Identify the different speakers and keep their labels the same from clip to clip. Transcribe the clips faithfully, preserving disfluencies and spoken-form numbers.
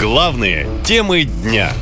Speaker 1: Главные темы дня.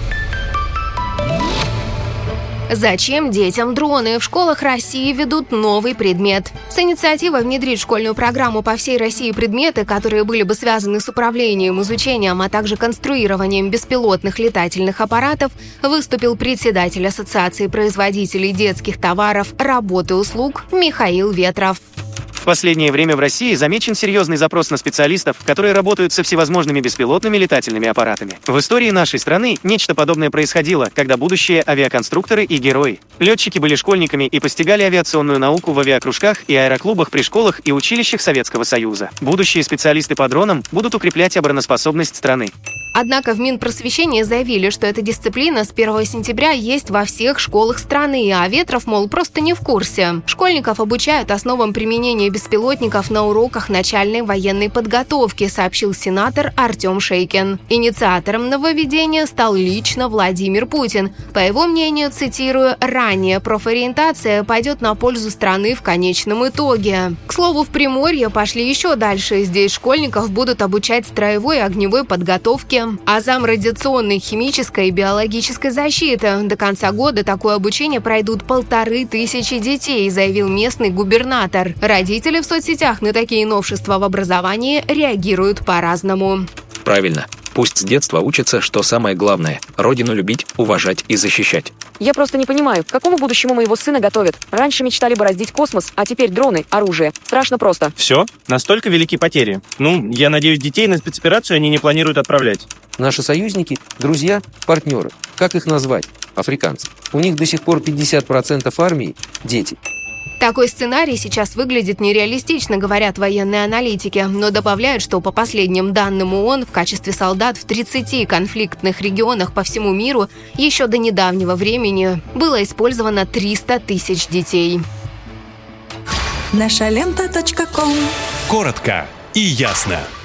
Speaker 2: Зачем детям дроны? В школах России ведут новый предмет. С инициативой внедрить в школьную программу по всей России предметы, которые были бы связаны с управлением, изучением, а также конструированием беспилотных летательных аппаратов, выступил председатель Ассоциации производителей детских товаров, работ и услуг Михаил Ветров.
Speaker 3: В последнее время в России замечен серьезный запрос на специалистов, которые работают со всевозможными беспилотными летательными аппаратами. В истории нашей страны нечто подобное происходило, когда будущие авиаконструкторы и герои. Летчики были школьниками и постигали авиационную науку в авиакружках и аэроклубах при школах и училищах Советского Союза. Будущие специалисты по дронам будут укреплять обороноспособность страны.
Speaker 2: Однако в Минпросвещении заявили, что эта дисциплина с первого сентября есть во всех школах страны, а Ветров, мол, просто не в курсе. Школьников обучают основам применения беспилотников на уроках начальной военной подготовки, сообщил сенатор Артем Шейкин. Инициатором нововведения стал лично Владимир Путин. По его мнению, цитирую, «ранее профориентация пойдет на пользу страны в конечном итоге». К слову, в Приморье пошли еще дальше. Здесь школьников будут обучать строевой и огневой подготовке, азам радиационной, химической и биологической защиты. До конца года такое обучение пройдут полторы тысячи детей, заявил местный губернатор. Родители в соцсетях на такие новшества в образовании реагируют по-разному.
Speaker 4: Правильно. Пусть с детства учатся, что самое главное – родину любить, уважать и защищать.
Speaker 5: Я просто не понимаю, к какому будущему моего сына готовят. Раньше мечтали бороздить космос, а теперь дроны, оружие. Страшно просто.
Speaker 6: Все? Настолько велики потери? Ну, я надеюсь, детей на спецоперацию они не планируют отправлять.
Speaker 7: Наши союзники, друзья, партнеры. Как их назвать? Африканцы. У них до сих пор пятьдесят процентов армии – дети.
Speaker 2: Такой сценарий сейчас выглядит нереалистично, говорят военные аналитики, но добавляют, что по последним данным ООН в качестве солдат в тридцати конфликтных регионах по всему миру еще до недавнего времени было использовано триста тысяч детей.
Speaker 8: наша лента точка ком.
Speaker 1: Коротко и ясно.